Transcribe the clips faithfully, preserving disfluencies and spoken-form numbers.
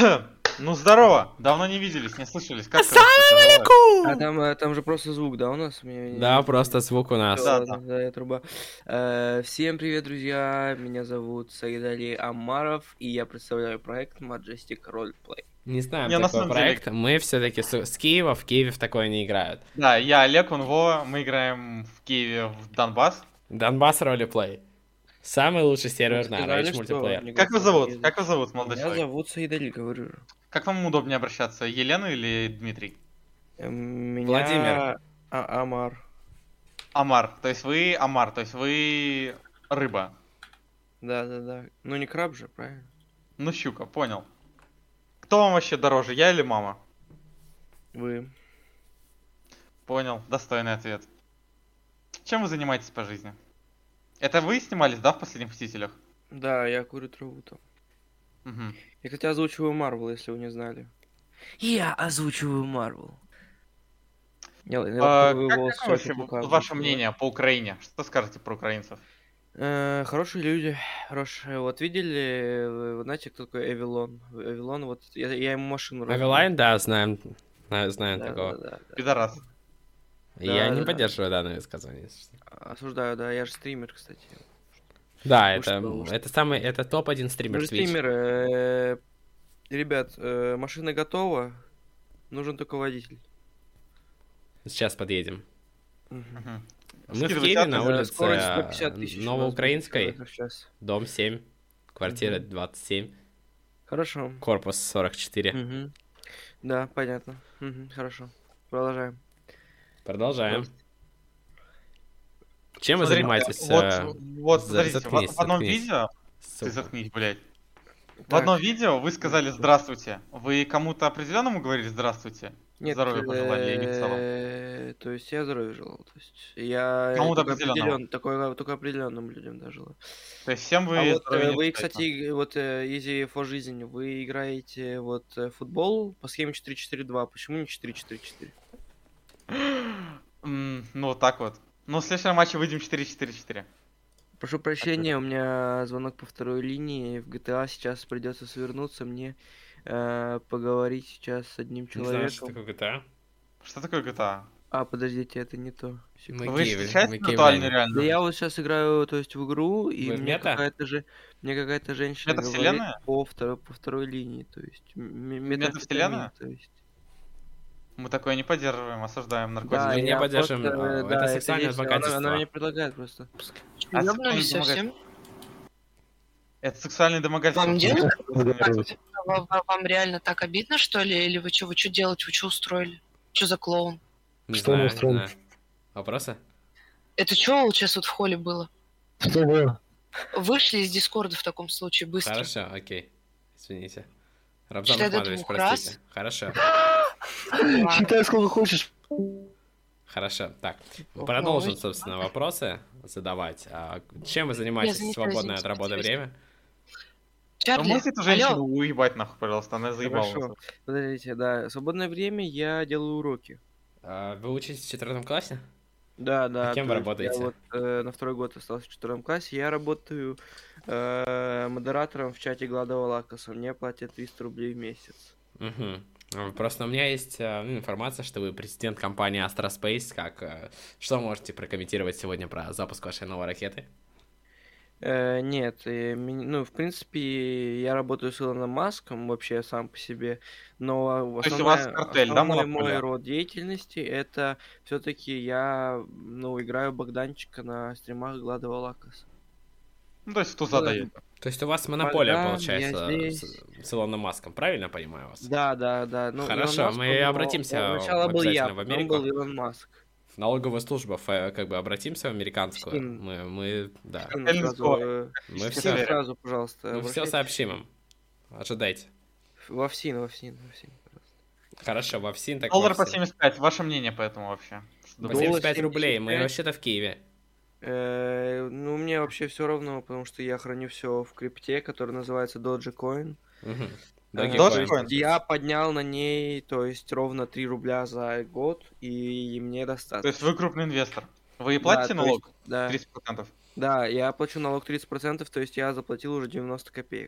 Ну здорово, давно не виделись, не слышались. Как ты? А там, э, там же просто звук, да, у нас? Мне- Да, не- просто звук у нас. Да, Ладно, да, я труба. Э, Всем привет, друзья! Меня зовут Саид Али Амаров, и я представляю проект Majestic Roleplay. Не знаем Не, на такой самом деле- проект. Мы все-таки с, с Киева, в Киеве в такое не играют. Да, я Олег, он Вова, мы играем в Киеве в Донбасс. Донбасс ролеплей. Самый лучший сервер на Сказали, Rage что мультиплеер. не Как вы готовы зовут? ездить. Как вы зовут, молодой Меня человек? зовут Саид Али, говорю же. Как вам удобнее обращаться, Елена или Дмитрий? Э, Меня... Владимир. А- Амар. Амар, то есть вы Амар, то есть вы рыба. Да-да-да. Ну не краб же, правильно? Ну щука, понял. Кто вам вообще дороже, я или мама? Вы. Понял, достойный ответ. Чем вы занимаетесь по жизни? Это вы снимались, да, в «Последних Мстителях»? Да, я курю траву там. Мгм. Я, кстати, озвучиваю Марвел, если вы не знали. Я озвучиваю Марвел. Я, я А, лаковый как, волос как вообще всё-таки ваше озвучиваю. мнение по Украине? Что скажете про украинцев? Э, хорошие люди, хорошие. Вот видели, вы, вы знаете, кто такой Эвилон? Эвилон, вот я, я ему машину разбил. Авилайн, да, знаем. Знаю, знаем Да, такого. да, да, да. Пидорас. Я Да, не да, поддерживаю данное высказывание. если что. Осуждаю, да, я же стример, кстати. Да, Ну это, что, ну это самый, это топ-один Мы стример же Twitch. стример. э, Ребят, э, машина готова, нужен только водитель. Сейчас подъедем. Мгм. Мгм. Мы в Скидывайте Киеве на адрес. Да, улице скорость сто пятьдесят тысяч у нас будет Новоукраинской, километров в час. дом семь, квартира Мгм. двадцать семь, Хорошо. корпус сорок четыре. Мгм. Да, понятно. Мгм, хорошо. Продолжаем. Продолжаем. Чем вы Смотрите, занимаетесь? Вот, э, вот за- смотрите, в- заткнись, в, одном заткнись. видео... Ты сука? заткнись, блядь. В Так, одном видео вы сказали «здравствуйте». Вы кому-то определенному говорили «здравствуйте»? нет, Здоровья пожелали или в целом? э, то есть я здоровья желал. То есть я Кому-то только определенному. определен, такой, только определенным людям да, желаю. То есть всем вы А вот здоровья э, не вы, желаете? кстати, вот э, Easy for жизнь, вы играете вот э, в футбол по схеме четыре четыре два. Почему не четыре четыре четыре? М, Ну, вот так вот. Ну, в следующем матче выйдем четыре четыре четыре. Прошу прощения, у меня звонок по второй линии. В джи ти эй сейчас придется свернуться мне э, поговорить сейчас с одним Не знаю, что человеком. такое джи ти эй. Что такое джи ти эй? А, подождите, это не то. Секунду. Мы Вы Киеве- встречаете мы виртуальную киевляне. реальность? Да я вот сейчас играю, то есть в игру, и Вы в мне мета? какая-то же, мне какая-то женщина говорит Метавселенная? по второй, по второй линии, то есть м- м- Метавселенная? метамфетамин, то есть. Мы такое не поддерживаем, осуждаем наркотики. Да, Мы не я поддерживаем, просто, а, э, это да, сексуальное есть, она, она домогательство. мне предлагает просто. А Ёбнулись сексуальное совсем? Это сексуальное домогательство. Вам делать? Домогательство. Вам, вам реально так обидно, что ли? Или вы что, вы что делать? Вы что устроили? Что за клоун? Не Что мы знаю, не устроим? знаю. Вопросы? Это что сейчас вот в холле было? Что было? Вышли из Дискорда в таком случае быстро. Хорошо, окей. Извините. Рамзан Считай до Ахмадович, двух простите. раз. Хорошо. Ладно. Считай сколько хочешь. Хорошо. Так, Ох, продолжим, ой. собственно, вопросы задавать. А, чем вы занимаетесь Я в свободное от заинтересовалась, работы интересно. время? А Чарли, можете эту женщину алло, уебать нахуй, пожалуйста, она заебала. Хорошо. нас. Подождите, да, свободное время я делаю уроки. А, Вы учитесь в четвертом классе? Да, да. кем то вы есть работаете? Я вот э, на второй год остался в четвертом классе. Я работаю э, модератором в чате Гладова Лакоса. Мне платят триста рублей в месяц. Угу. Просто у меня есть э, ну, информация, что вы президент компании Astra Space. Как, э, что можете прокомментировать сегодня про запуск вашей новой ракеты? Э, нет, э, ми- ну, в принципе, я работаю с Илоном Маском вообще сам по себе, но То есть у вас основная- картель, да, основной мой монополия? род деятельности это все-таки я, ну, играю Богданчика на стримах Гладова Лакоса. Ну, то есть в туза Да. дает. То есть у вас монополия, да, получается, я с, здесь. с Илоном Маском, правильно понимаю вас? Да, да, да. Ну, Илон Хорошо, Маск, мы он, обратимся он Сначала был я, обязательно в потом Америку. был Илон Маск. В налоговую службу, ф- как бы обратимся в американскую. Фин. Мы, мы, да, Фин Эльвин сразу, Скоро. э, мы Фин Фин все, сразу, пожалуйста, мы все обращайтесь. сообщим им. Ожидайте. Во ФСИН, во ФСИН, во ФСИН, пожалуйста. Хорошо, во ВСИН так Доллар во по ВСИН. семьдесят пять. Ваше мнение по этому вообще? Что По думаете? Доллар семьдесят пять рублей, мы семьдесят пять. вообще-то в Киеве. Э, Ну, мне вообще все равно, потому что я храню все в крипте, который называется Dogecoin. Мгм. Э, Dogecoin. Dogecoin. Я поднял на ней, то есть ровно три рубля за год, и мне То достаточно. есть вы крупный инвестор. Вы Да, платите то налог? есть, да, тридцать процентов. да, я плачу налог тридцать процентов, то есть я заплатил уже девяносто копеек.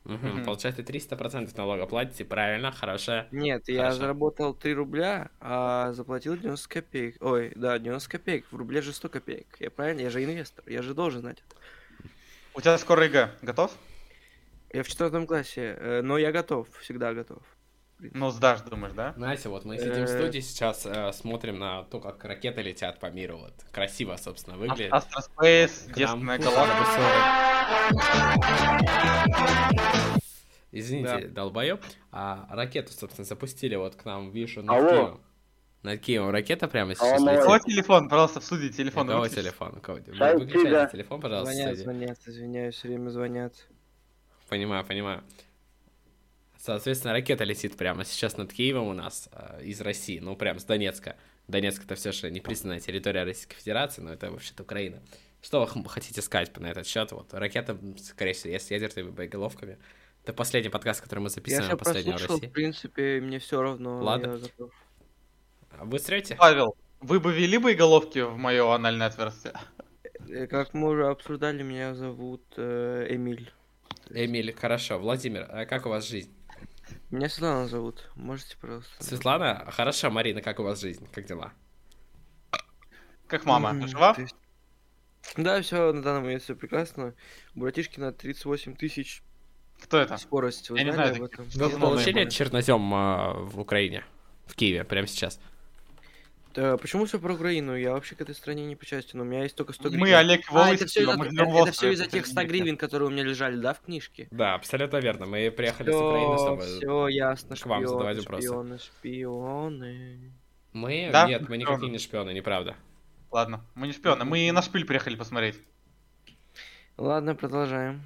Мгм, Мгм. Получается, триста процентов налога платите, правильно, хорошая. Нет, я Хорошо. заработал три рубля, а заплатил девяносто копеек. Ой, да, девяносто копеек. В рубле же сто копеек. Я правильно? Я же инвестор. Я же должен знать это. У тебя скоро ЕГЭ. Готов? Я в четвертом классе, э, но я готов, всегда готов. Ну, сдашь, думаешь, да? Знаете, вот мы сидим в Э. студии сейчас, э, смотрим на то, как ракеты летят по миру. Вот красиво, собственно, выглядит. Астроспейс, К нам девственная пушка галактика. высылает. Извините, Да. долбоёб. А ракету, собственно, запустили вот к нам, вижу, над Алло. Киевом. Над Киевом ракета прямо сейчас Алло, летит. У кого телефон? Пожалуйста, в студии телефон. У кого выключи. телефон? У кого? Вы- Шай, Выключайте Тига. телефон, пожалуйста, в Звонят, студии. звонят, извиняюсь, все время звонят. Понимаю, понимаю. Соответственно, ракета летит прямо сейчас над Киевом у нас э, из России, ну прям с Донецка. Донецк это все же непризнанная территория Российской Федерации, но это вообще-то Украина. Что вы х- хотите сказать на этот счет? Вот ракета, скорее всего, с ядерными боеголовками. Это последний подкаст, который мы Я записываем все последнего в прослушал, России. в принципе, мне все равно. Ладно. Я готов. А Вы срете? Павел, вы бы ввели боеголовки в мое анальное отверстие? Э, Как мы уже обсуждали, меня зовут э, Эмиль. Эмиль, хорошо. Владимир, а как у вас жизнь? Меня Светлана зовут. Можете, пожалуйста? Светлана, хорошо. Марина, как у вас жизнь? Как дела? Как мама, М, жива? то есть- Да, все на данный момент все прекрасно. У братишки на тридцать восемь тысяч Кто это? скорость. Вы Я не знали знаю об таких. этом? Вы Безумно, получили наверное. чернозем а, в Украине? В Киеве, прямо сейчас? Да, почему все про Украину? Я вообще к этой стране не причастен. У меня есть только сто гривен. Мы, Олег А, это все Волостью, из-за, мы живем в это Острове, всё из-за тех ста посередине. гривен, которые у меня лежали, да, в книжке? Да, абсолютно верно. Мы приехали с Украины, Все, чтобы... все ясно. к вам задавать Шпионы, вопросы. шпионы, шпионы. Мы? Да? Нет, мы Шпионы. никакие не шпионы, неправда. Ладно, мы не шпионы, мы на шпиль приехали посмотреть. Ладно, продолжаем.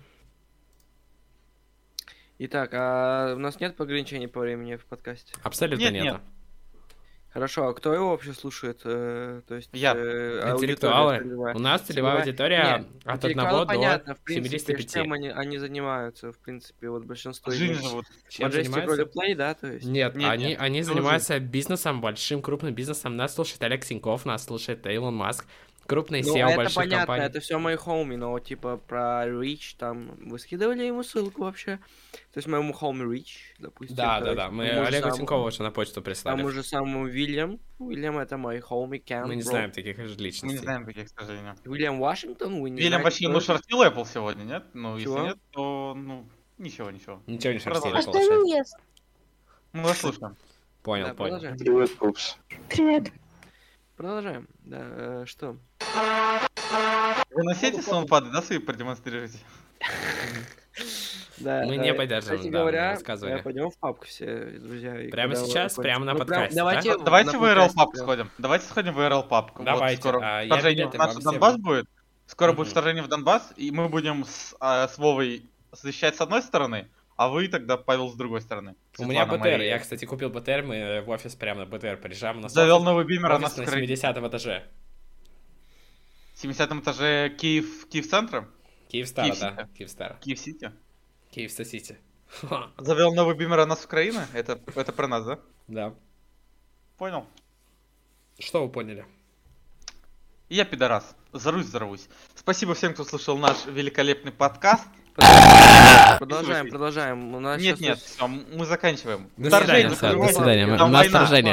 Итак, а у нас нет ограничений по времени в подкасте? Абсолютно Нет, нету. нет. Хорошо, а кто его вообще слушает? Э, то есть, Я. э, аудитория Интеллектуалы. целевая. У нас целевая Целевая- аудитория Нет, от интеллектуалы одного понятно, до в принципе, семидесяти пяти. чем они, они занимаются, в принципе, вот большинство из Жизнь них. живут. Чем Majestic занимаются? Roleplay, да, то есть? Нет, Нет, они, нет, они это занимаются бизнесом, большим, крупным бизнесом. Нас слушает Олег Синьков, нас слушает Илон Маск. Крупные Ну, сео это больших понятно, компаний. это все мои хоми, но типа про Rich там вы скидывали ему ссылку вообще? То есть моему хоми Rich, допустим. Да, то да, есть да. Мы тому же Олегу самому- Тинькову уже на почту прислали. Тому же самому Уильям. Уильям это мой хоми Кэмп. Мы не бро. знаем таких Мы не личностей. знаем таких, к сожалению. Уильям Вашингтон, вы не Вильям знаете, вообще, кто ну, это? шортил Apple сегодня, нет? Ну, если Чего? нет, то, ну, ничего, ничего. Ничего не шерстили, Продолжай. получается. Мы вас слушаем. Понял, Да, понял. продолжаем. Привет, пупс. Продолжаем. Да, э, что? Вы носите саундпады, да, свои продемонстрируете? Да, Мы да, не поддерживаем кстати данное говоря, высказывание. э, пойдем в папку все, друзья. и Прямо когда сейчас, закончим- прямо на Ну, прям- подкасте, Давайте, да? Давайте на в эр эл подкасте паб прям. сходим. Давайте сходим в эр эл паб. Вот Давайте, скоро а, я вторжение в билеты наш вам Донбасс всем- будет. Скоро Мгм. будет вторжение в Донбасс, и мы будем с, а, с Вовой защищать с одной стороны, а вы тогда, Павел, с другой стороны. У меня Светлана, бэ тэ эр. Мария. Я, кстати, купил бэ тэ эр. Мы в офис прямо на бэ тэ эр приезжаем. У нас Завел офис- новый бимер, а офис нас на скрыть. семидесятом этаже. В семидесятом этаже Киев, Киев-центра? Киевстар, Киев-Сити. да. Киевстар. Киев-Сити. Киев-Сити. Завел новый бимер, а нас Украина? Это, это про нас, да? Да. Понял. Что вы поняли? Я пидорас. Зарусь, взорвусь. Спасибо всем, кто слушал наш великолепный подкаст. Продолжаем, продолжаем. У нас Нет, щас нет, есть- все, мы заканчиваем. До Вторжение, свидания, Сэр, до вторжение, свидания. там У нас война. вторжение.